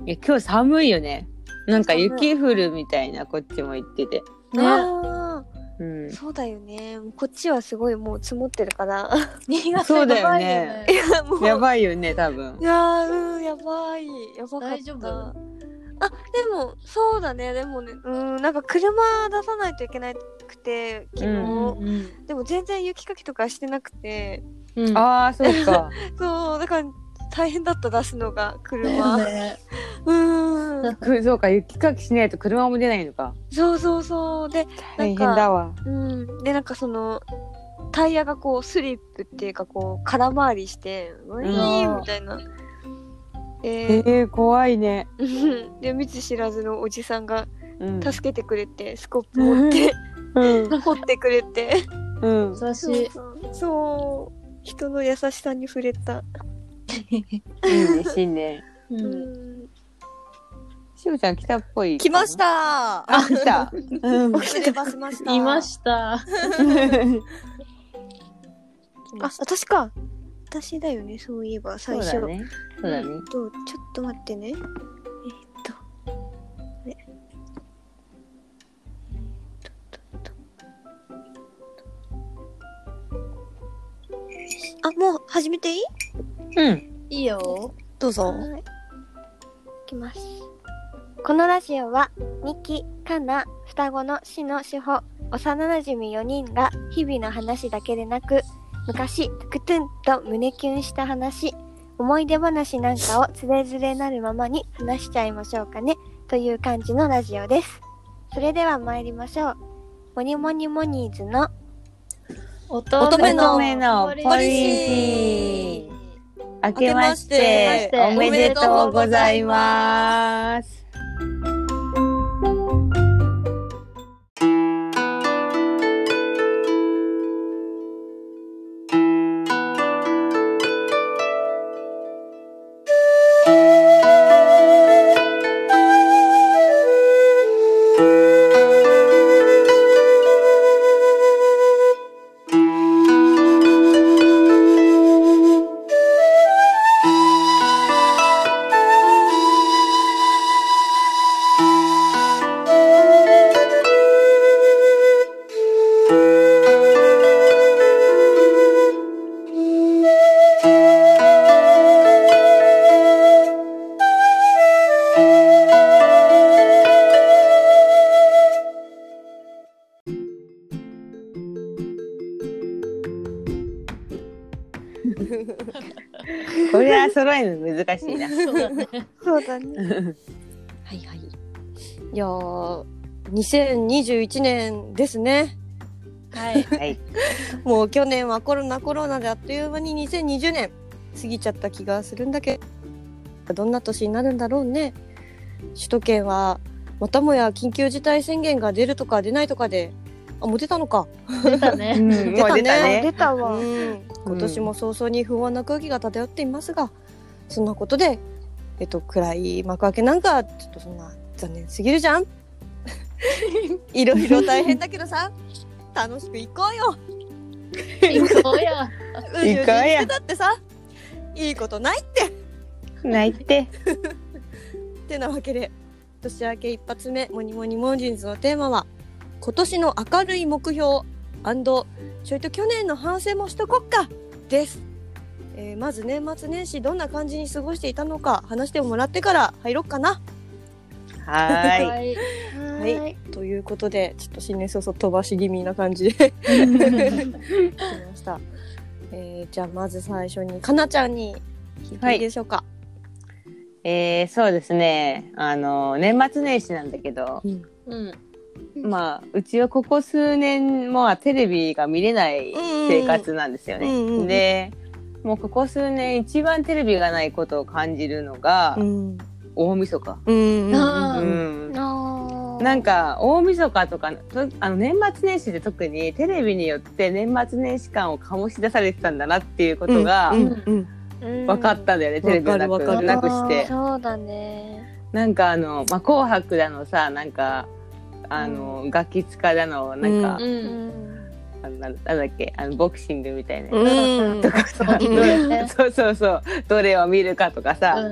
や今日寒いよね。なんか雪降るみたいなこっちも言ってて。 ね。 うん、 そうだよね。こっちはすごいもう積もってるから新潟やばいよね。 いやもうやばいよね多分。 いややばい。やばかった。 大丈夫？ あ、でもそうだね。でもね、なんか車出さないといけなくて昨日、でも全然雪かきとかしてなくて、 ああそうか。 そうだから大変だった、出すのが車。 ね、 そうか、雪かきしないと車も出ないのか。 そうで大変だわ。 でなんかそのタイヤがこうスリップっていうかこう空回りしてウィーンみたいな。 怖いね。 で見ず知らずのおじさんが助けてくれて、スコップ持って掘ってくれて、 優しい。 そう人の優しさに触れた。 いいね、新年。しおちゃん来たっぽい。 来ました。 来た。 遅ればせました。 いました。 私か。私だよね、そういえば最初。 そうだね。 ちょっと待ってね。もう始めていい？ いいよ。 どうぞ。 いきます。このラジオはミキ、カナ、双子のシノ、シホ、幼馴染4人が日々の話だけでなく、昔トゥクトゥンと胸キュンした話、思い出話なんかをつれづれなるままに話しちゃいましょうかねという感じのラジオです。それでは参りましょう。モニモニモニーズの乙女のポリシー。明けましておめでとうございます。これは揃えるの難しいな。 そうだね。 はいはい。いやー、2021年ですね。 はいはい。 もう去年はコロナであっという間に2020年過ぎちゃった気がするんだけど、どんな年になるんだろうね。首都圏はまたもや緊急事態宣言が出るとか出ないとかで、もう出たのか。 出たね。 もう出たね。 出たわ。 今年も早々に不安な空気が漂っていますが、そんなことで、暗い幕開けなんかちょっとそんな残念すぎるじゃん。いろいろ大変だけどさ、楽しく行こうよ。 行こうや。 うじうじしてたってさ、いいことないって。 泣いて。 ってなわけで、年明け一発目モニモニモージンズのテーマは今年の明るい目標&ちょいと去年の反省もしとこっかです。まず年末年始どんな感じに過ごしていたのか話してもらってから入ろっかな。 はいということでちょっと新年早々飛ばし気味な感じで来ました。じゃあまず最初にかなちゃんに聞いていいでしょうか。 そうですね。年末年始なんだけど、まあうちはここ数年もテレビが見れない生活なんですよね。で、もうここ数年一番テレビがないことを感じるのが、大晦日。なんか大晦日とか年末年始で特にテレビによって年末年始感を醸し出されてたんだなっていうことが分かったんだよね、テレビをなくして。 そうだね。 なんか紅白だのさ、なんかガキ使だのなんか、なんだっけボクシングみたいなとかさ、そうどれを見るかとかさ、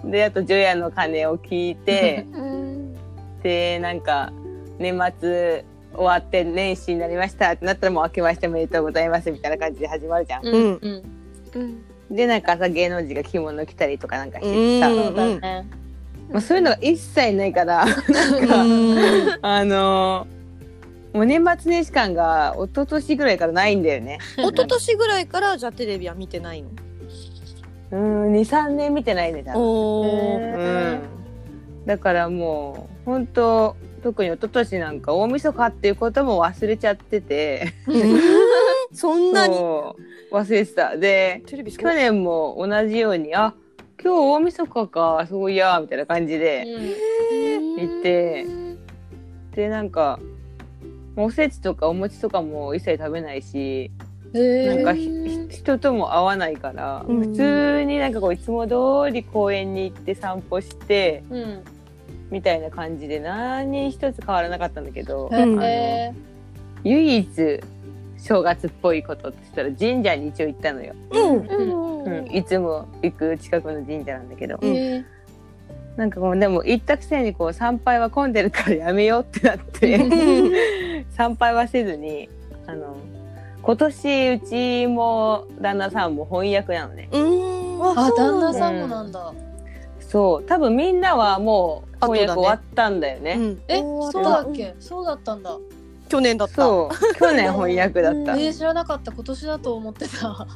であと除夜の鐘を聞いてうんでなんか年末終わって年始になりましたってなったらもう明けましておめでとうございますみたいな感じで始まるじゃん。 うんうん。 うんでなんかさ芸能人が着物着たりとかなんかしててさ、 そうだね。 まあ、そういうのが一切ないからなんかもう年末年始感が一昨年ぐらいからないんだよね。 一昨年ぐらいからじゃあテレビは見てないの？ 2,3 年見てないね多分。 おうん、だからもう本当特に一昨年なんか大晦日っていうことも忘れちゃっててそんなにそう忘れてた。でテレビ去年も同じように今日大晦日かそういやみたいな感じで行ってでなんかおせちとかお餅とかも一切食べないしなんか人とも会わないから、普通になんかこういつも通り公園に行って散歩して、みたいな感じで何一つ変わらなかったんだけど、唯一正月っぽいことって言ったら神社に一応行ったのよ。いつも行く近くの神社なんだけど、なんかこうでも行ったくせにこう参拝は混んでるからやめようってなって参拝はせずに今年うちも旦那さんも翻訳なのね。 あ、旦那さんもなんだ。 そう多分みんなはもう翻訳終わったんだよね。 そうだっけ？そうだったんだ。 去年だった。 そう去年翻訳だった。 知らなかった。今年だと思ってた。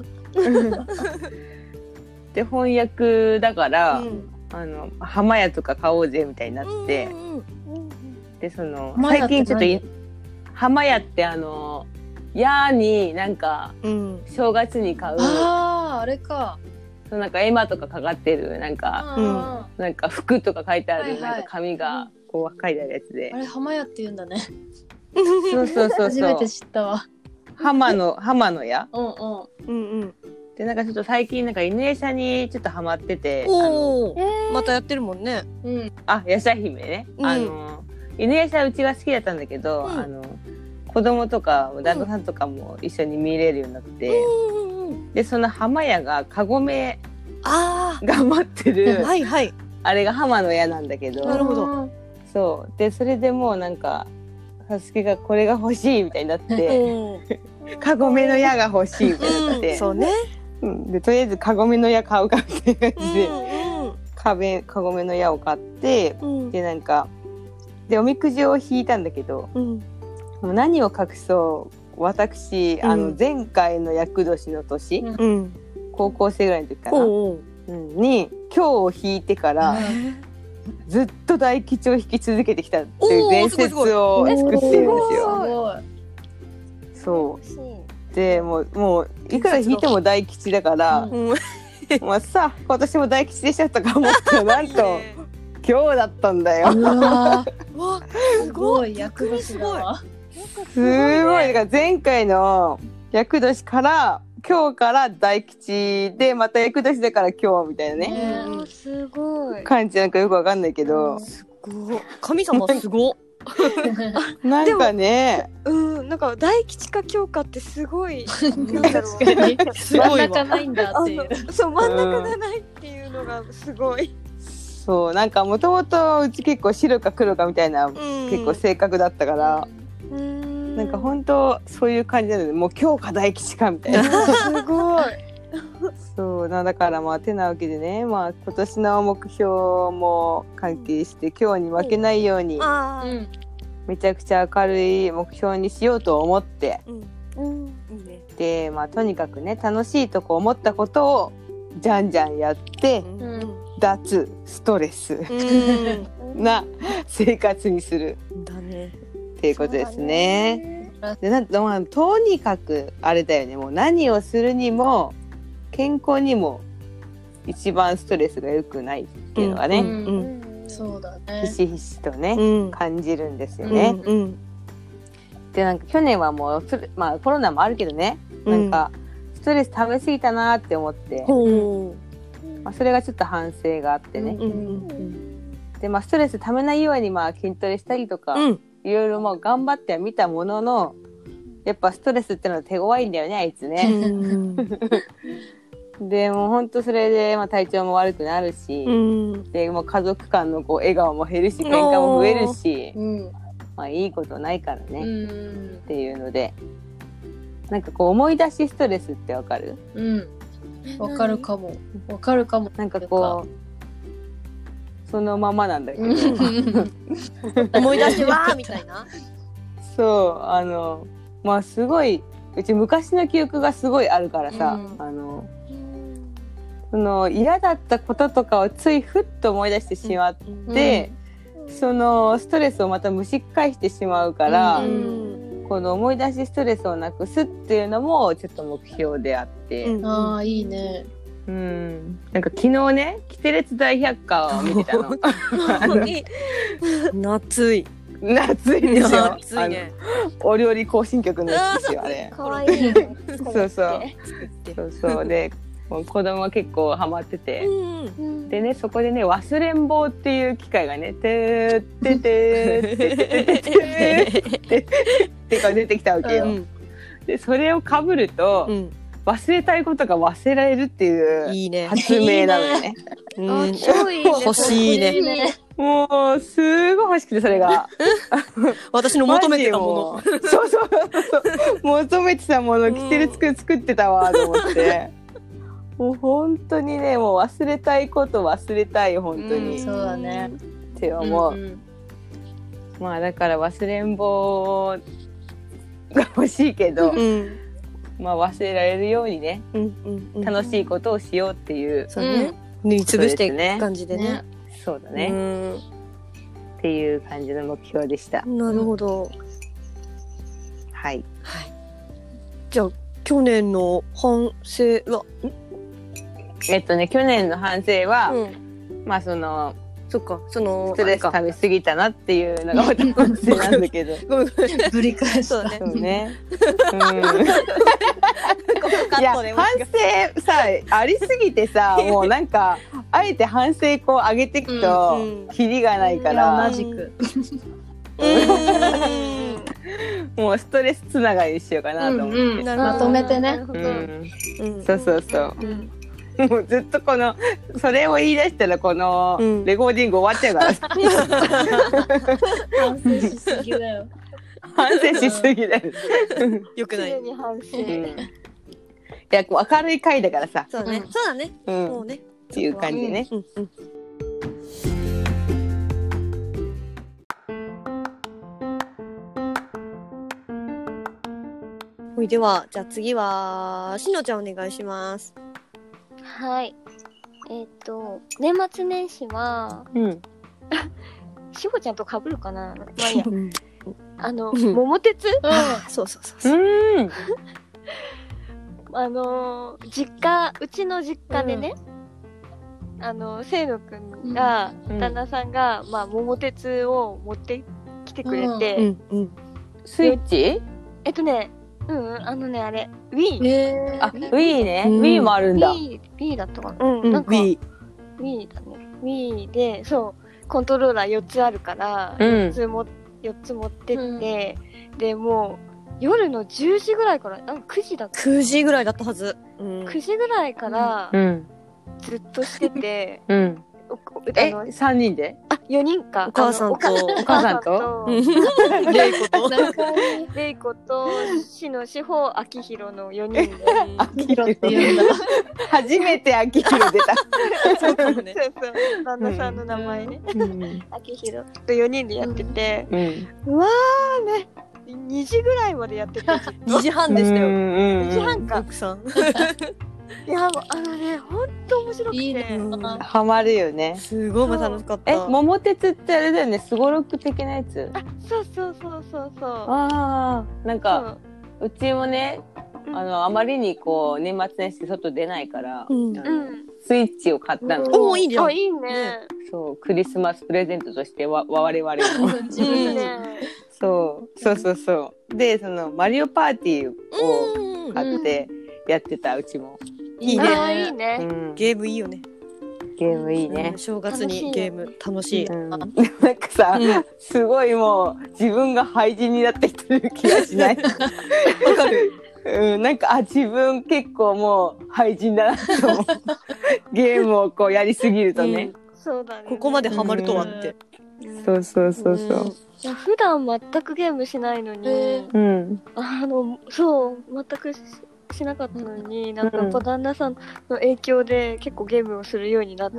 で翻訳だから、浜屋とか買おうぜみたいになって、でその最近ちょっと浜屋って屋になんか正月に買う、 あれか。 なんか絵馬とかかかってるなんか、なんか服とか書いてある、なんか紙がこう書いてあるやつで、 あれ浜屋って言うんだね。 そう初めて知ったわ。 浜の屋。でなんかちょっと最近なんか犬餌にちょっとハマってて、 またやってるもんね。 やしゃ姫ね。犬餌うちが好きだったんだけど、子供とか旦那さんとかも一緒に見れるようになって、でその浜屋がカゴメが待ってるあれが浜の屋なんだけど、 なるほど。 そうでそれでもうなんかさつきがこれが欲しいみたいになってカゴメの矢が欲しいみたいになって、 そうね。 でとりあえずカゴメの矢買うかみたいな感じでカゴメの矢を買って、でなんかでおみくじを引いたんだけど、もう何を隠そう私前回の厄年の年、高校生ぐらいの時かな、に今日を引いてからずっと大吉を引き続けてきたっていう伝説を作ってるんですよ。そうでもういくら引いても大吉だから、まあさ今年も大吉でしょとか思ったらなんと今日だったんだよ。 すごい厄年だわ。 すごいだから前回の厄年から今日から大吉でまた厄年だから今日みたいなね、 すごい感じなんかよくわかんないけど、 すごい神様すごなんかねなんか大吉か今日かってすごい確かに真ん中ないんだっていう。 そう真ん中がないっていうのがすごい。 そうなんかもともとうち結構白か黒かみたいな、結構性格だったから、なんか本当そういう感じなのでもう今日か大吉かみたいなすごい。 そうだからまあてなわけでね、まあ、今年の目標も関係して今日に負けないように、めちゃくちゃ明るい目標にしようと思って、でまあとにかくね楽しいとこ思ったことをじゃんじゃんやって、脱ストレスな生活にするっていうことですね。でまあ、とにかくあれだよね、もう何をするにも健康にも一番ストレスが良くないっていうのがね、 そうだね、 ひしひしとね、感じるんですよね。でなんか去年はもうまあコロナもあるけどね、なんかストレス溜めすぎたなって思って、まあ、それがちょっと反省があってね、でまあストレス溜めないようにまあ筋トレしたりとか、いろいろもう頑張ってはみたもののやっぱストレスってのは手強いんだよねあいつね。 でもうほんとそれで、まあ、体調も悪くなるし、でもう家族間のこう笑顔も減るし喧嘩も増えるし、まあいいことないからね、っていうので、なんかこう思い出しストレスってわかる？ わかるかも。わかるかも。 なんかこうそのままなんだけど思い出してわーみたいな。 そうまあすごいうち昔の記憶がすごいあるからさ、その嫌だったこととかをついふっと思い出してしまって、そのストレスをまた蒸し返してしまうから、この思い出しストレスをなくすっていうのもちょっと目標であって、 ああいいね。 なんか昨日ねキテレツ大百科を見てたの。 夏い夏いでしょ。 夏いね。 お料理行進曲のやつですよあれ。 かわいい。 そうでもう子供は結構ハマってて、でねそこでね忘れん坊っていう機械がねてーっててーっててってか出てきたわけよ。でそれをかぶると、忘れたいことが忘れられるっていう発明なのよね。 超いいね。 欲しいね。 もうすごい欲しくてそれが私の求めてたもの。 そう求めてたものキテレツ作ってたわと思って。もう本当にねもう忘れたいこと忘れたい本当に、 そうだねって思う、まあだから忘れん坊が欲しいけど、まあ忘れられるようにね、楽しいことをしようっていう、 そうね、塗りつぶしていく感じでね。 そうだね、っていう感じの目標でした。 なるほど。 はい。 じゃあ去年の反省は去年の反省は、まあそのそっかそのストレス食べ過ぎたなっていうのがまた反省なんだけどぶり返した。 そうね。いや反省さありすぎてさもうなんかあえて反省こう上げていくとキリがないから、 同じくもうストレスつながりにしようかなと思って、 まとめてね。 そうもうずっとこのそれを言い出したらこのレコーディング終わっちゃうからさ、 反省しすぎだよ。 反省しすぎだよ。 よくない。 に反省。 いやこう明るい回だからさ。 そうだね。そうだね。もうねっていう感じでね。 ではじゃあ次はしのちゃんお願いします。 はい。年末年始は、しほちゃんと被るかな。まあいいや。桃鉄？ そう。 うちの実家でね、清野くんが、旦那さんが、まあ、桃鉄を持ってきてくれて、 スイッチ？ あれ、Wii。 あ、Wii ね。Wii もあるんだ。 Wii だったかな。なんか、Wii だね。Wii で、そう、コントローラー4つあるから、4つ持ってって、で、もう、夜の10時ぐらいから、9時だった。 9時ぐらいだったはず。 9時ぐらいから、ずっとしてて、 3人で 4人か。 お母さんとレイコとしのしほあきひろの4人であきひろって言うんだ。 初めてあきひろ出た。 そう旦那さんの名前ね、あきひろと4人でやってて、うわーね2時ぐらいまでやってた。 2時半でしたよ。 2時半か。 奥さんいやほんと面白くていいね。 ハマるよね。 すごい楽しかった。 桃鉄ってあれだよね、すごろく的なやつ。 そう。 ああ、なんかうちもね、あまりにこう年末年始外出ないから、スイッチを買ったの。 おーいいじゃん。 いいね。 そうクリスマスプレゼントとして我々も。 いいね。 そうでそのマリオパーティーを買ってやってたうちも。 いいね。 いいね。 ゲームいいよね。 ゲームいいね。 正月にゲーム楽しい。 なんかさ、すごいもう自分が廃人になってきてる気がしない？ わかる。 なんか自分結構もう廃人だなと思うゲームをこうやりすぎるとね、 そうだね。 ここまでハマるとはって。 そうそうそうそう、 いや普段全くゲームしないのに、そう全くしなかったのに、なんかやっぱ旦那さんの影響で結構ゲームをするようになって、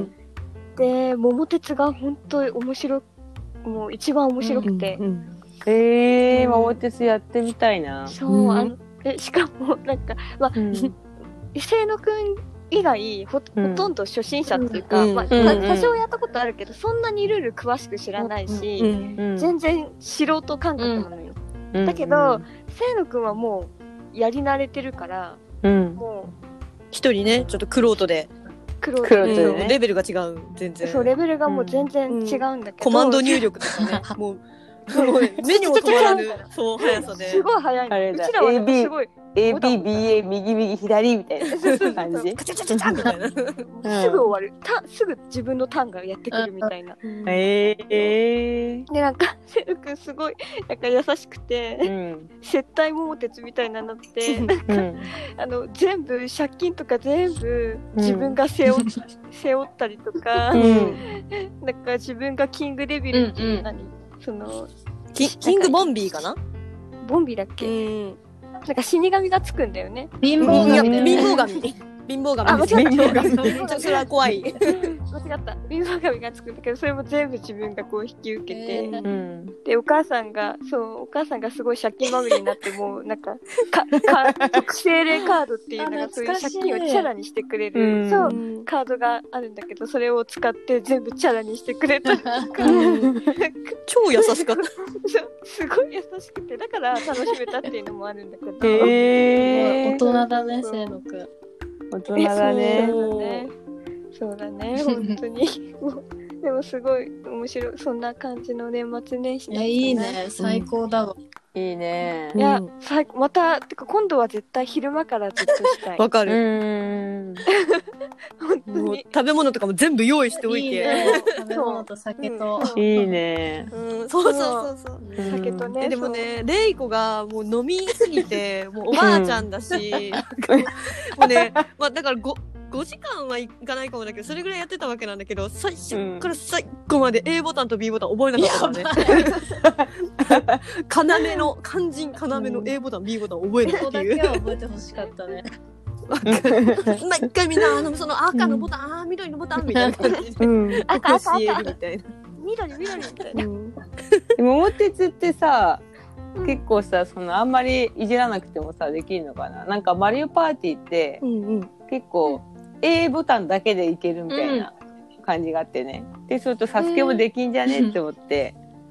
で桃鉄が本当にもう一番面白くて、 桃鉄やってみたいな。 そうしかもなんか伊勢野くん以外ほとんど初心者っていうか、多少やったことあるけどそんなにルール詳しく知らないし、全然素人感覚なのよ。だけど清野くんはもうやり慣れてるから、もう一人ねちょっと玄人でレベルが違う、全然そうレベルがもう全然違うんだけど、 コマンド入力とかねもう目にも止まらぬそう速さで、 すごい速いの。うちらはなんかすごい ABBA 右左みたいな感じ。 カチャカチャカチャみたいな。 すぐ終わる。すぐ自分のターンがやってくるみたいな。でなんかセル君すごいなんか優しくて、接待桃鉄みたいなのってなんか全部借金とか全部自分が背負ったりとか、なんか自分がキングデビルっていうそのキングボンビーかな？ ボンビーだっけ？なんか死神がつくんだよね。 貧乏神。貧乏神。それは怖い。 間違った。貧乏神がつくんだけど、それも全部自分がこう引き受けて、でお母さんがすごい借金まみれになってもなんか特製霊カードっていうのがそういう借金をチャラにしてくれるカードがあるんだけど、それを使って全部チャラにしてくれたりとか、 超優しかった。 すごい優しくて、だから楽しめたっていうのもあるんだけど。 大人だね、清野くん。 大人だね。 そうだね、本当に。でもすごい面白い、そんな感じの年末年始だったね。 いいね、最高だわ。 いいね。 いや、またてか今度は絶対昼間からずっとしたい。 わかる。 本当に食べ物とかも全部用意しておいて。 食べ物と酒と。 いいね。 そう。 酒とね。 でもね、レイコがもう飲みすぎて、もうおばあちゃんだし、もうね、まあだから5時間はいかないかもだけど、それぐらいやってたわけなんだけど、最初から最後まで A ボタンと B ボタン覚えなかったからね。肝心要の A ボタン B ボタン覚えるっていう。 ここだけは覚えてほしかったね。 毎回みんなその赤のボタン、緑のボタンみたいな感じで赤教えるみたいな。 緑みたいな。 桃鉄ってさ、結構さ、あんまりいじらなくてもさできるのかな。なんかマリオパーティーって結構 A ボタンだけでいけるみたいな感じがあってね。で、それとサスケもできんじゃねって思って。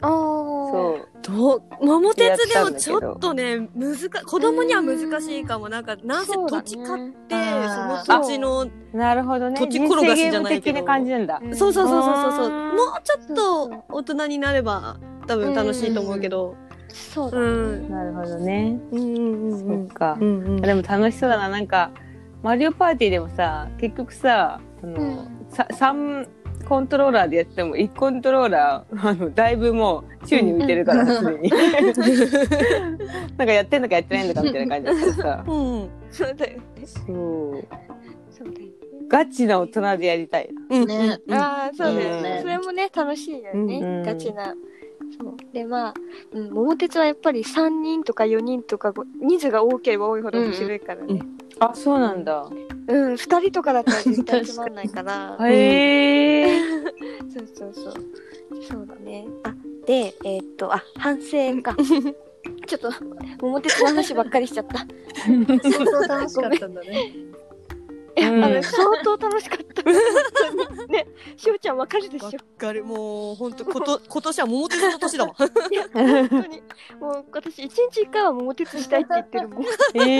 桃鉄でもちょっとね子供には難しいかも。なんせ土地買って、その土地のなるほどね、 土地転がしじゃないけど、 人生ゲーム的な感じなんだ。 そうもうちょっと大人になれば多分楽しいと思うけど。 そうだね。 なるほどね。そっか。でも楽しそうだな。なんかマリオパーティーでもさ、結局さ、3コントローラーでやっても1コントローラーだいぶもう宙に浮いてるからすでに。なんかやってんのかやってないのかみたいな感じだったらさ。 そうだよね。 そうだよね。 ガチな大人でやりたいな。ね。 ああ、そうだよね。それもね、楽しいよね。ガチな。そうで、まあ、桃鉄はやっぱり3人とか4人とか人数が多ければ多いほど面白いからね。 あ、そうなんだ。 2人とかだったら絶対つまんないから。 へえ。 そうだね。あ、で、反省か。ちょっと、桃鉄の話ばっかりしちゃった。 相当楽しかったんだね。 相当楽しかった。ね、しおちゃんわかるでしょ。わかる。もう本当今年は桃鉄の年だわ。 いや本当にもう私1日1回は桃鉄したいって言ってるもん。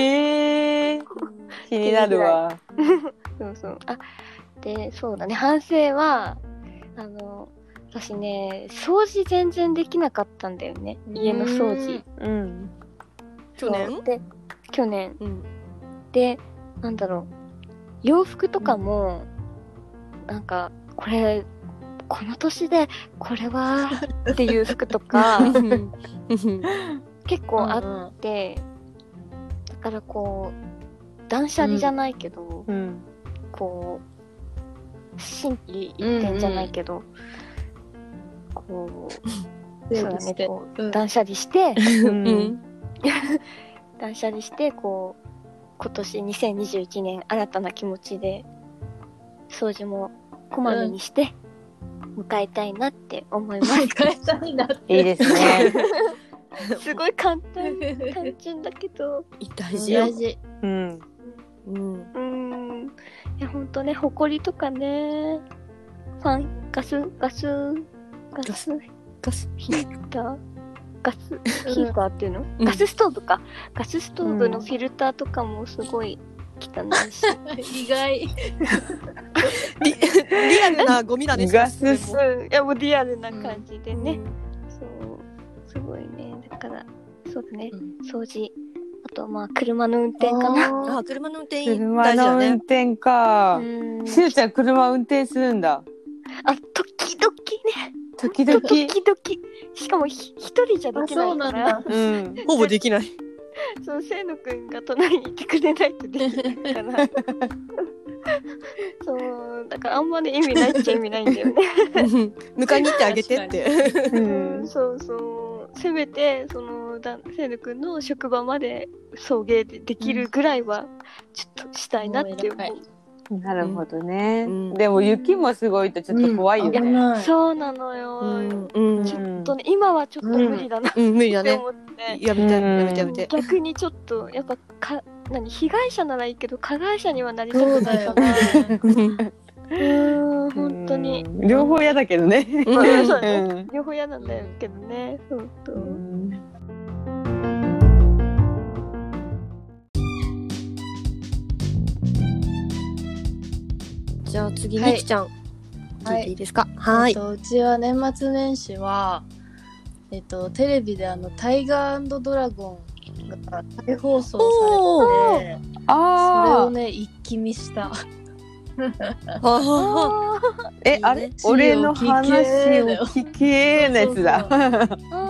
気になるわ。 そう。あ、でそうだね。反省は私ね、掃除全然できなかったんだよね。家の掃除。去年。で、なんだろう。洋服とかもなんかこの年でこれはっていう服とか結構あって、 からこう断捨離じゃないけど、こう心機一転じゃないけど、こうそうだね、こう断捨離して、断捨離してこう今年2021年新たな気持ちで掃除もこまめにして迎えたいなって思います。 迎えたいなって。 いいですね。 すごい単純だけど大事よ。 いや本当ね、ほこりとかね、ガスヒーターっていうの、ガスストーブか、ガスストーブのフィルターとかもすごい汚いし、 意外。 リアルなゴミだね。 ガスいやもうリアルな感じでね、そうすごいね。だからそうだね、掃除、あとまあ車の運転かな。 車の運転車の運転か。しずちゃん車運転するんだ。 時々ね。 時々。 しかも一人じゃできないから。 ほぼできない。 そう、清野くんが隣にいてくれないとできないから。そう、だからあんまり意味ないっちゃ意味ないんだよね。 迎えに行ってあげてって。 そう。せめて清野くんの職場まで送迎できるぐらいはちょっとしたいなって思う。 なるほどね。でも雪もすごいとちょっと怖いよね。 そうなのよ。ちょっとね、今はちょっと無理だなって思って。 やめて。 逆にちょっとやっぱ被害者ならいいけど加害者にはなりたくないかな。本当に。 両方嫌だけどね。 両方嫌なんだけどね。本当。 じゃあ次、みきちゃん、聞いていいですか？はい。 うちは年末年始は、テレビでタイガー&ドラゴンが再放送されて、それをね、一気見した。 あれ？俺の話を聞けのやつだ。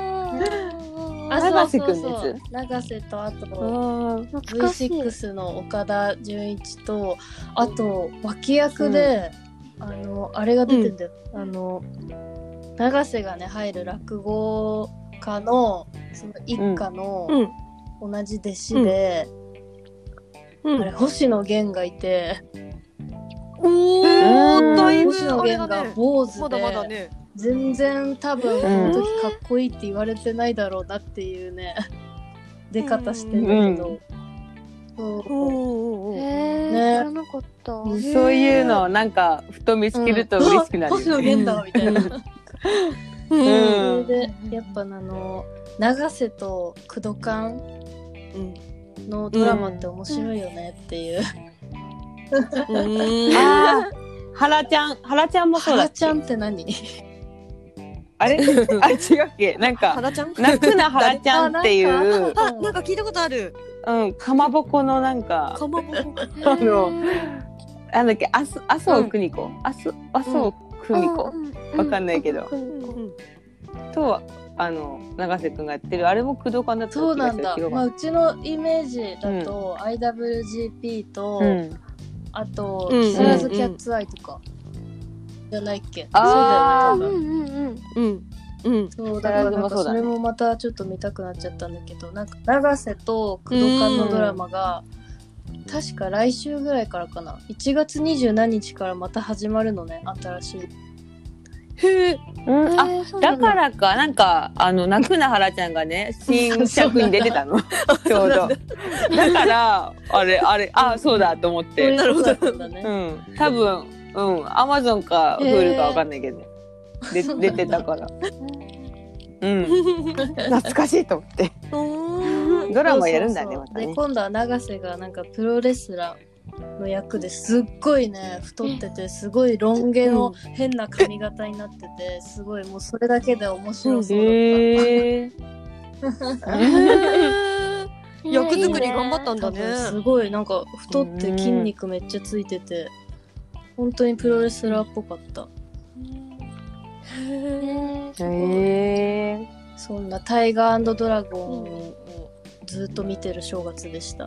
永瀬くんのやつ？ 永瀬とあと V6 の岡田准一とあと脇役で、あれが出てんだよ。永瀬がね入る落語家のその一家の同じ弟子で、あれ星野源がいて、星野源が坊主で。全然多分この時かっこいいって言われてないだろうなっていうね、出方してんだけど、 知らなかった。 そういうのなんかふと見つけると嬉しくなるよね。 星野源だみたいな。それでやっぱ永瀬と工藤館のドラマって面白いよねっていう。 原ちゃんもそうだっけ？ 原ちゃんって何？ あれ違うっけ？なんか泣くな原ちゃんっていう、 なんか聞いたことある。 かまぼこのなんかなんだっけ、麻生久美子、わかんないけど、と永瀬くんがやってるあれも工藤館だった気がする。 そうなんだ。うちのイメージだと IWGP とあと木更津キャッツアイとかじゃないっけ？そうだからなんかそれもまたちょっと見たくなっちゃったんだけど、なんか永瀬と工藤館のドラマが確か来週ぐらいからかな、1月20何日からまた始まるのね、新しい。 だからか、なんか泣くな原ちゃんがね新作に出てたのちょうどだからそうだと思って。 なるほど、 多分Amazon か Hulu かわかんないけど出てたから懐かしいと思ってドラマやるんだね。またね。 で今度は永瀬がなんかプロレスラーの役ですっごいね太ってて、すごいロン毛の変な髪型になってて、すごいもうそれだけで面白そうだった。 役作り頑張ったんだね。 すごいなんか太って筋肉めっちゃついてて、本当にプロレスラーっぽかった。そんなタイガー&ドラゴンをずっと見てる正月でした。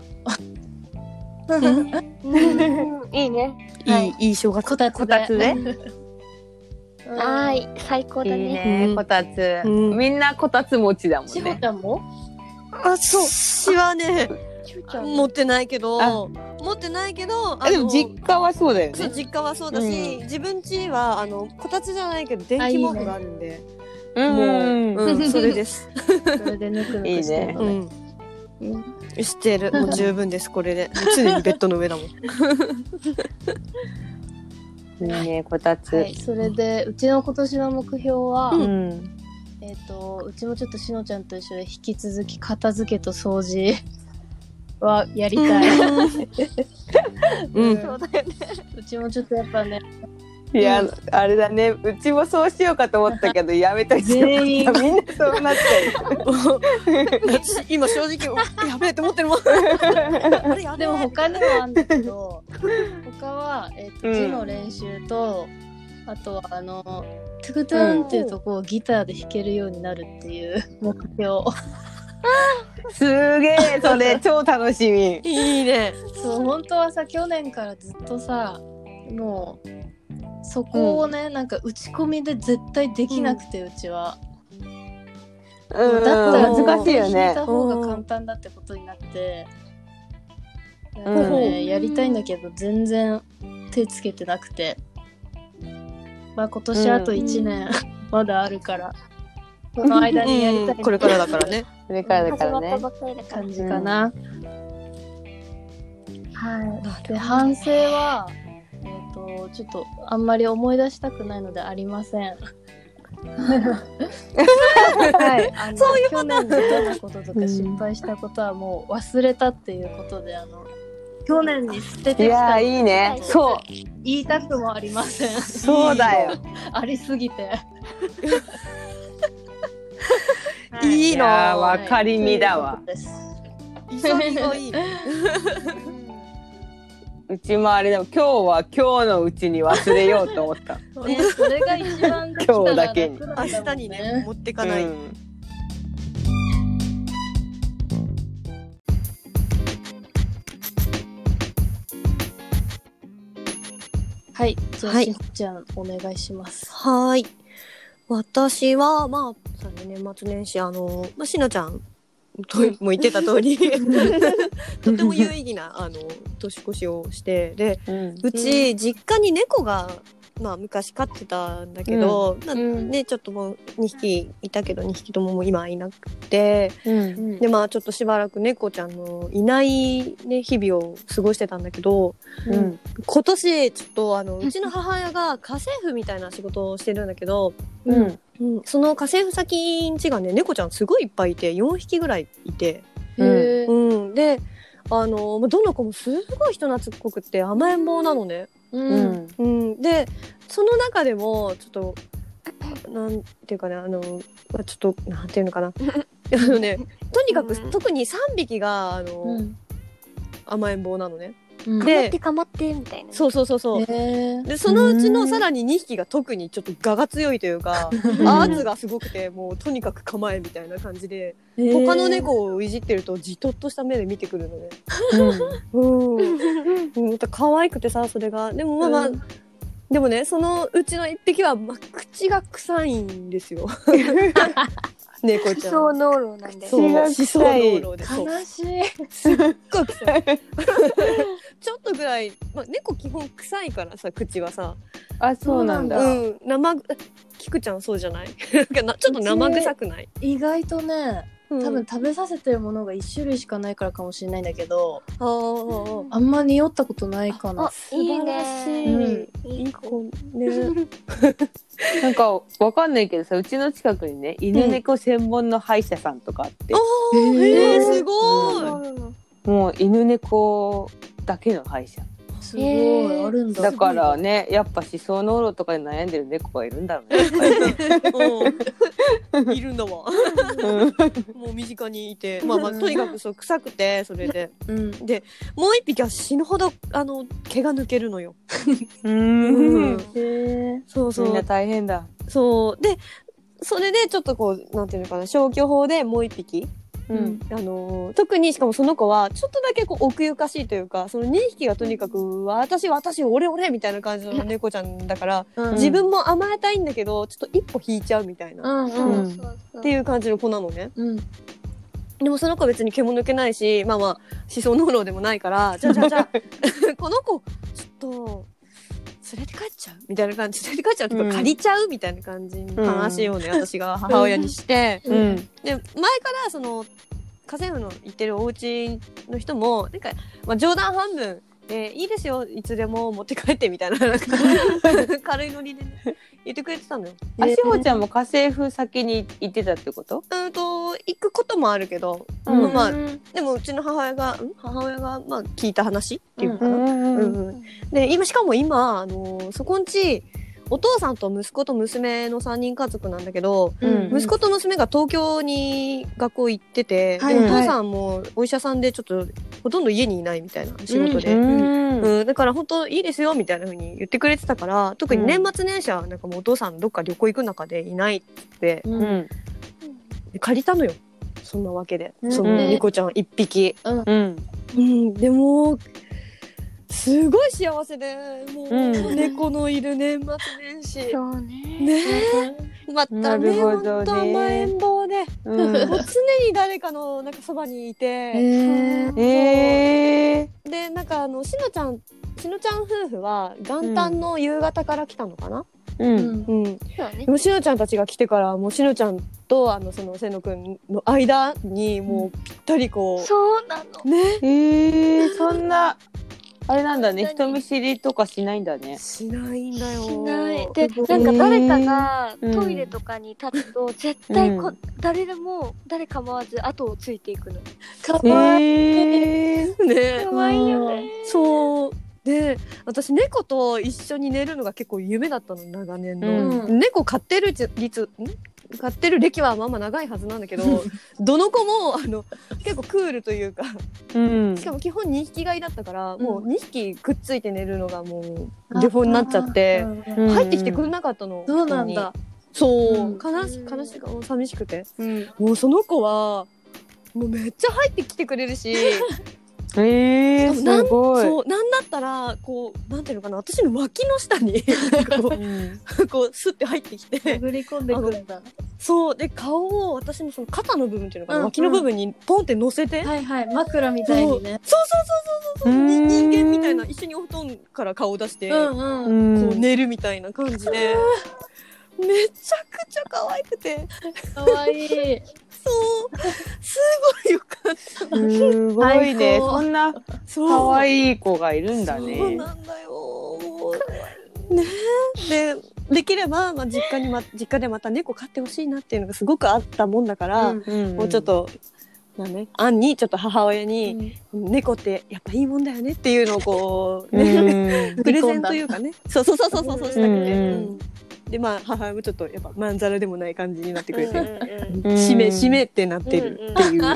いいね。 いい正月。 こたこたつではい、最高だいいね。 ね、こたつ。 うんみんなこたつ持ちだもんしほね。 ちゃんも？ 私はね、 しゅうちゃん持ってないけあど、 でも実家はそうだよそうね。 実家はそうだし、自分家はこたつじゃないけど電気毛布があるんで、 うんそれです。 それでぬくぬくしてるのね。 知ってる。もう十分ですこれで。常にベッドの上だもん。 いいね、こたつ。 はい、それでうちの今年の目標は、 うん。 うちもちょっとしのちゃんと一緒で引き続き片付けと掃除はやりたい。 うんそうだよね。 うちもちょっとやっぱね、 いや、あれだね、うちもそうしようかと思ったけど、やめといてよかった。 全員みんなそうなっち私今正直やべえって思ってるもん。あれやべえでも他にもあるんだけど、他は字の練習と、あとはトゥクトゥンっていうとこをギターで弾けるようになるっていう目標。 すげえ、それ超楽しみ。 いいね。 そう、本当はさ、去年からずっとさ、もうそこをね、なんか打ち込みで絶対できなくて、うちは。 うん、 だったら難しいよ弾いね。 た方が簡単だってことになって、なんかね、やりたいんだけど全然手つけてなくて、まあ今年あと1年まだあるから、その間にやりたいこれからだからね。 それからだからね。 始まったばっかりだから。 感じかな。はい。で、反省はちょっとあんまり思い出したくないのでありません。はい、そういう去年のどんなこととか失敗したことはもう忘れたっていうことで、去年に捨てていきたやー、いいね。そう。 言いたくもありません。 そうだよ。 ありすぎて。 いいの。 いやー、分かりみだわ。 潔がいい。 うちもあれでも今日は今日のうちに忘れようと思った。 ね、それが一番できたら今日だけに楽なんだもん明日にね持ってかない。 うんはい、じゃあ、 はいしほちゃんお願いします。 はーい。私は、まあ、そうね、年末年始、まあ、しのちゃんとも言ってた通り、とても有意義な、年越しをして、で、うち、実家に猫が、まあ、昔飼ってたんだけど、ね、ちょっともう2匹いたけど、2匹とももう今いなくて、で、まあ、ちょっとしばらく猫ちゃんのいない、ね、日々を過ごしてたんだけど、今年、ちょっと、うちの母親が家政婦みたいな仕事をしてるんだけど、その家政婦先ん家がね、猫ちゃんすごいいっぱいいて、4匹ぐらいいて、 へーで、まあどの子もすごい人懐っこくって甘えん坊なのね。で、その中でも、ちょっと、なんていうかね、ちょっと、なんていうのかな。ね、とにかく、特に3匹が、甘えん坊なのね。 かまってみたいな。 そう。で、そのうちのさらに2匹が特にちょっと我が強いというか、圧がすごくて、もうとにかく構えみたいな感じで、他の猫をいじってるとじとっとした目で見てくるのね。また可愛くてさ、それが。でもまあ、でもね、そのうちの1匹は、まあ、口が臭いんですよ。猫ちゃん。 思想濃炉なんで。 そう、思想濃炉で。 悲しい。 すっごい臭い。ちょっとぐらい、まあ、猫基本臭いからさ、口はさ。 あ、そうなんだ。 キクちゃんそうじゃない？ちょっと生臭くない？ 意外とね、多分食べさせてるものが1種類しかないからかもしれないんだけど、あんま匂ったことないかな。 いいね。 いい子ね。 なんかわかんないけどさ、うちの近くにね、犬猫専門の歯医者さんとかあって、 すごい。 もう犬猫だけの歯医者。 すごい、あるんだ。 だからね、やっぱ思想濃炉とかで悩んでる猫がいるんだろうね。 いるんだわ。もう身近にいて、まあとにかくそう臭くて、それで、でもう一匹は死ぬほど毛が抜けるのよ。そうそう。 みんな大変だ。 そうで、それでちょっとこうなんていうのかな、消去法でもう一匹特にしかもその子はちょっとだけこう奥ゆかしいというか、その2匹がとにかく私俺みたいな感じの猫ちゃんだから、自分も甘えたいんだけどちょっと一歩引いちゃうみたいな、っていう感じの子なのね。でもその子は別に毛も抜けないし、まあ思想濃漏でもないから、じゃあこの子ちょっと連れて帰っちゃうみたいな感じ、連れて帰っちゃうとか借りちゃうみたいな感じの話をね、私が母親にして、で前からその家政婦の行ってるお家の人もなんか、冗談半分いいですよいつでも持って帰ってみたいな、なんか軽いノリでね言ってくれてたのよ。 しほちゃんも家政婦先に行ってたってこと？ 行くこともあるけど、でもうちの母親が聞いた話っていうかな。でしかも今そこんちお父さんと息子と娘の3人家族なんだけど、息子と娘が東京に学校行ってて、お父さんもお医者さんでちょっとほとんど家にいないみたいな仕事で、だから本当いいですよみたいな風に言ってくれてたから、特に年末年始はなんかもうお父さんどっか旅行行く中でいないって、借りたのよ。そんなわけで、その猫ちゃん1匹。でもすごい幸せで、もう猫のいる年末年始。 そうね。 またね、ほんと甘えん坊で、もう常に誰かのなんかそばにいて、でなんかしのちゃん夫婦は元旦の夕方から来たのかな。でもしのちゃんたちが来てからもうしのちゃんとそのせのくんの間にもうぴったりこう。 そうなの。 ね。 そんな。あれなんだね、人見知りとかしないんだね。 しないんだよ。 しない。で、なんか誰かがトイレとかに立つと、絶対誰構わず後をついていくの。 かわいい。 かわいいよね。 そう。で、私猫と一緒に寝るのが結構夢だったの、長年の。猫飼ってる歴はまあまあ長いはずなんだけどどの子も結構クールというか、しかも基本2匹飼いだったから、もう2匹くっついて寝るのがもうデフォになっちゃって、入ってきてくれなかったの。 そうなんだ。 そう、悲しくもう寂しくて、もうその子はもうめっちゃ入ってきてくれるしすごい。 そう、なんだったらこうなんていうのかな、私の脇の下にこうスッて入ってきて潜り込んでくるんだ。 そうで、顔を私のその肩の部分っていうのかな、脇の部分にポンって乗せて、 枕みたいにね。 そう人間みたいな、一緒にお布団から顔を出してこう寝るみたいな感じでめちゃくちゃ可愛くて。 可愛い。 そう、すごいよかった。 すごいね。そんな可愛い子がいるんだね。 そうなんだよ。ねえ。できれば実家でまた猫飼ってほしいなっていうのがすごくあったもんだから、もうちょっと。アンにちょっと母親に、猫ってやっぱいいもんだよねっていうのをこう、プレゼンというかね、そうしたくて、で母親もちょっとやっぱまんざらでもない感じになってくれて、締めってなってるっていう、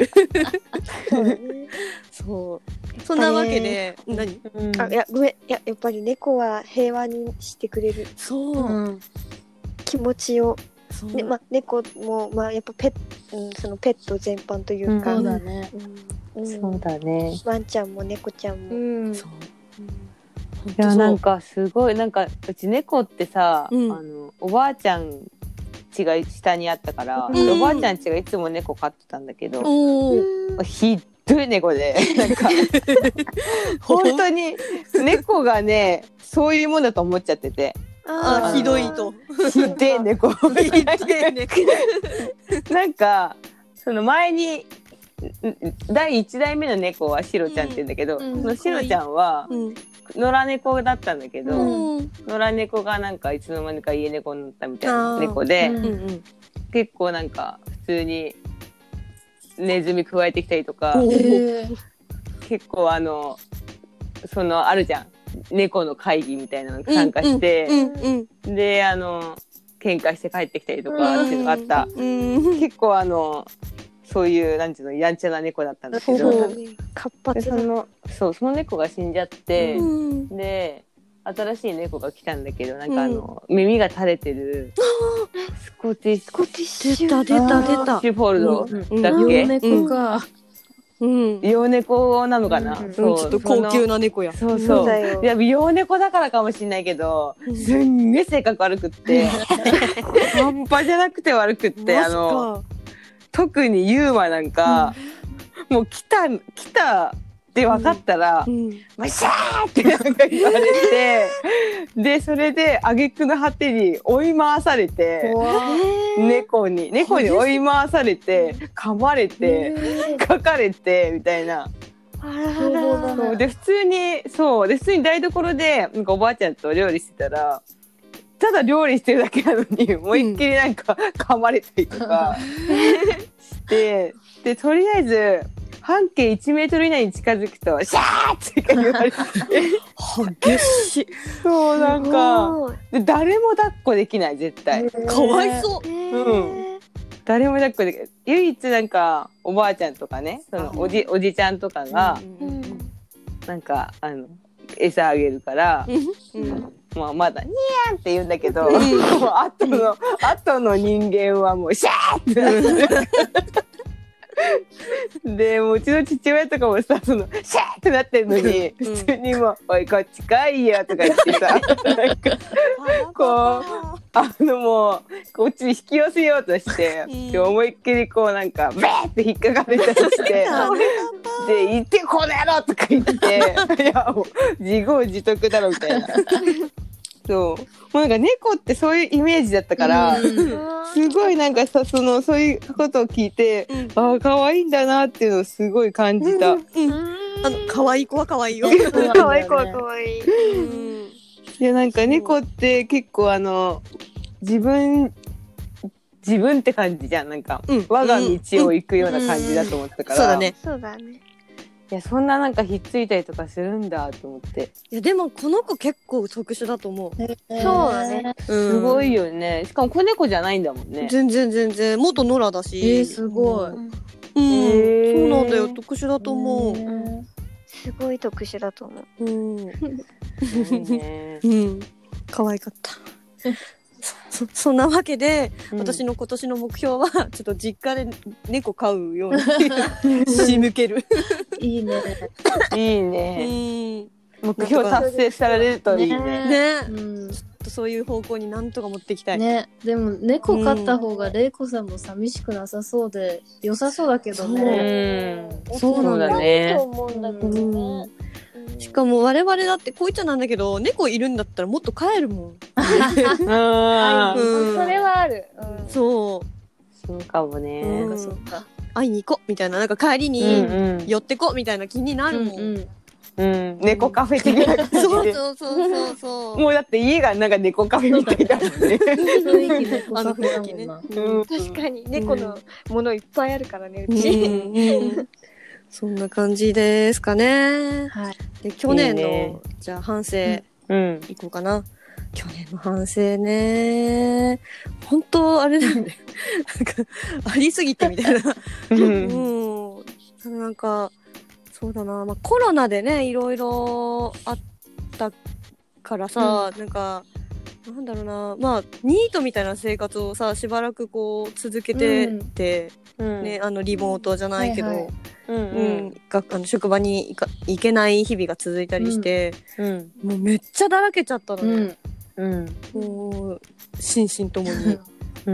そうそんなわけで、何？ いやごめん、やっぱり猫は平和にしてくれる。 そう、 気持ちを。ね、猫もやっぱそのペット全般というか、 そうだね。 そうだね。 ワンちゃんも猫ちゃんも。 そう。 いや、なんかすごい、なんかうち猫ってさ、おばあちゃん家が下にあったから、おばあちゃん家がいつも猫飼ってたんだけど、ひどい猫で、なんか本当に猫がね、そういうもんだと思っちゃってて。 ひどいと。 ひでえ猫。なんかその前に第1代目の猫はシロちゃんって言うんだけど、そのシロちゃんは野良猫だったんだけど、野良猫がなんかいつの間にか家猫になったみたいな猫で、結構なんか普通にネズミ加えてきたりとか、結構そのあるじゃん、猫の会議みたいなのに参加して、で喧嘩して帰ってきたりとかっていうのがあった、結構そういうなんていうの、やんちゃな猫だったんだけど、 活発な。 その猫が死んじゃって、で新しい猫が来たんだけど、なんか耳が垂れてるスコティッシ出た出ュフォルドだっ洋け？ 猫か。 洋猫なのかな。 ちょっと高級な猫や。 そうそう。いや洋猫だからかもしれないけど、すんげえ性格悪くって、半端じゃなくて悪くって、特にユーマなんか、もう来たって分かったら、マシャーってなんか言われて、でそれで挙句の果てに追い回されて、猫に追い回されて、噛まれて、かかれてみたいな。そうで普通に台所でなんかおばあちゃんと料理してたら、ただ料理してるだけなのに思いっきりなんか噛まれたりとかして、でとりあえず半径1メートル以内に近づくとシャーって言われて激しい。 そうなんかで誰も抱っこできない絶対。 かわいそう。 誰も抱っこできない。唯一なんかおばあちゃんとかね、そのおじちゃんとかがなんか餌あげるから、まあまだニャーって言うんだけど、後の人間はもうシャーってなってでもううちの父親とかもさ、そのシャーってなってるのに、普通にもうおいこっち来いよとか言ってさ、なんかこうもうこっちに引き寄せようとして、で思いっきりこうなんかベーって引っかかれたりしてで行ってこの野郎とか言っていやもう自業自得だろみたいな。そうもうなんか猫ってそういうイメージだったから、すごいなんかさそういうことを聞いて、ああ可愛いんだなっていうのをすごい感じた。 可愛い子は可愛いよ。 可愛い子は可愛い。 いやなんか猫って結構自分って感じじゃん。なんか、我が道を行くような感じだと思ったから。 そうだね。 いやそんななんかひっついたりとかするんだと思って。 いやでもこの子結構特殊だと思う。 そうだね。 すごいよね。しかも子猫じゃないんだもんね。 全然元野良だし。 すごい。 そうなんだよ。特殊だと思う。 すごい特殊だと思う。 可愛かった。そんなわけで、私の今年の目標はちょっと実家で猫飼うように仕向ける。 いいね。 いいね。目標達成されるといいね。 ちょっとそういう方向になんとか持っていきたい。 ね、でも猫飼った方が玲子さんも寂しくなさそうで良さそうだけどね。 そうだね。 と思うんだけどね。 しかも我々だってこういっちゃなんだけど、猫いるんだったらもっと飼えるもん。 それはある。 そうかもね。 そうか。 会いに行こうみたいな、なんか帰りに寄ってこみたいな気になるもん。 猫カフェ的な感じで。 そう。 もうだって家がなんか猫カフェみたいだもんね。 雰囲気猫カフェだもんな。 確かに猫のものいっぱいあるからね、うち。 そんな感じですかね。 はい。 で去年のじゃあ反省いこうかな。去年の反省ね。本当あれなんだよ。なんかありすぎてみたいな。なんかそうだな。まあコロナでねいろいろあったからさ、なんかなんだろうな。まあニートみたいな生活をさしばらくこう続けてて、ねリモートじゃないけど。職場に行けない日々が続いたりして、もうめっちゃだらけちゃったのね。もう心身ともに、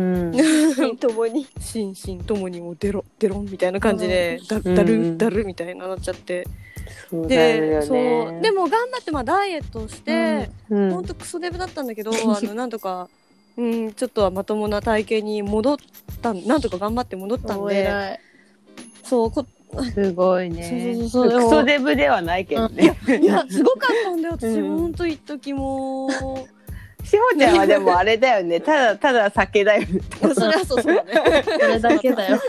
心身ともにもうデロンみたいな感じでだるみたいになっちゃって。でも頑張ってダイエットして、ほんとクソデブだったんだけどなんとかちょっとはまともな体型になんとか頑張って戻ったんで。 すごいね。クソデブではないけどね。 いやすごかったんだよ私ほんと一時も。 しほちゃんはでもあれだよね。ただ酒だよね。 そりゃそうだね。 それだけだよ。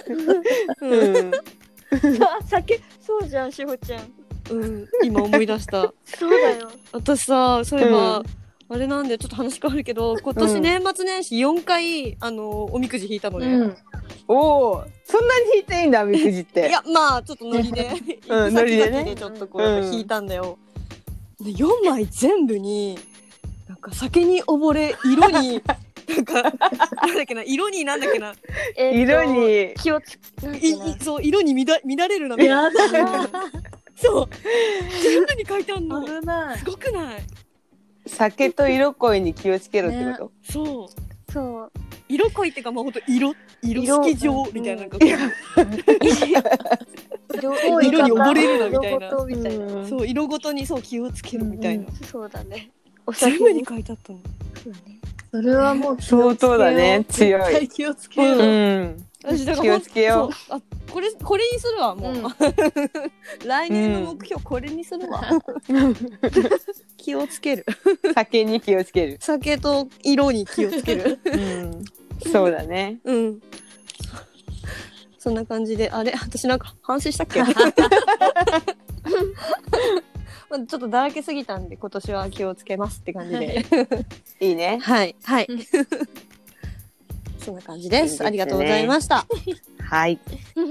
酒そうじゃんしほちゃん。 今思い出した。 そうだよ。 私さそういえばあれなんでちょっと話変わるけど今年年末年始4回おみくじ引いたのね。 おお、そんなに引いていいんだみくじって。 いやまあちょっとノリでノリでねちょっとこう引いたんだよ。で4枚全部になんか酒に溺れ色になんかなんだっけな、色になんだっけな、 色に気をつなんていうのそう色に乱れるなみたいな。 やだそう全部に書いてあんの。 危ないすごくない？ 酒と色恋に気をつけろってこと、 そうそう色恋ってかもうほんと色式上みたいな、なんか色色に溺れるなみたいな、 色ごとみたいな、 うんそう色ごとにそう気をつけるみたいな、 そうだね。お全部に書いてあったの。 そうだね。 それはもう相当だね、強い。 絶対気をつけよう、 うん私だから気をつけよう。 そうあこれにするわもう、来年の目標これにするわ、気をつける、 酒に気をつける。 酒と色に気をつけるうんそうだね。 うんそんな感じで、あれ私なんか反省したっけまあちょっとだらけすぎたんで今年は気をつけますって感じでいいね。 はいはいそんな感じです。 いいですねありがとうございましたはい。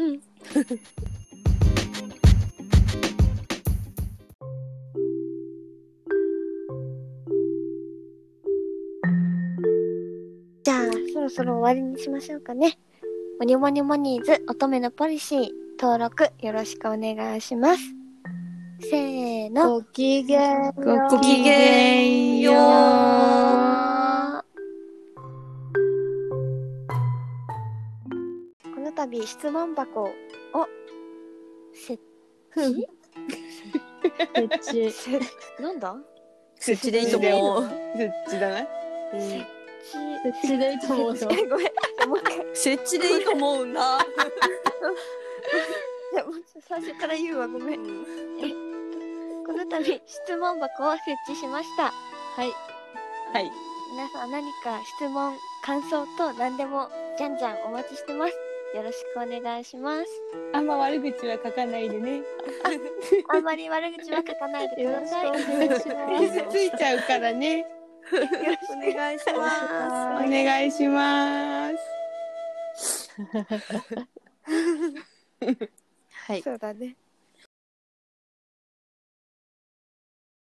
じゃあそろそろ終わりにしましょうかね。モニモニモニーズ乙女のポリシー登録よろしくお願いします。せーの。 ごきげんよう。 ごきげんよう。 この度質問箱を設置設置なんだ設置でいいと思う。 設置だね。 設置でいいと思うよ。 ごめん。もう一回。 設置でいいと思うんだ。 じゃあもう最初から言うわ、ごめん。この度質問箱を設置しました。はい。 はい。 皆さん何か質問、感想と何でもじゃんじゃんお待ちしてます。よろしくお願いします。 あんま悪口は書かないでね。 あんまり悪口は書かないでください。 傷ついちゃうからね。 お願いします。 お願いします。 はい。 そうだね。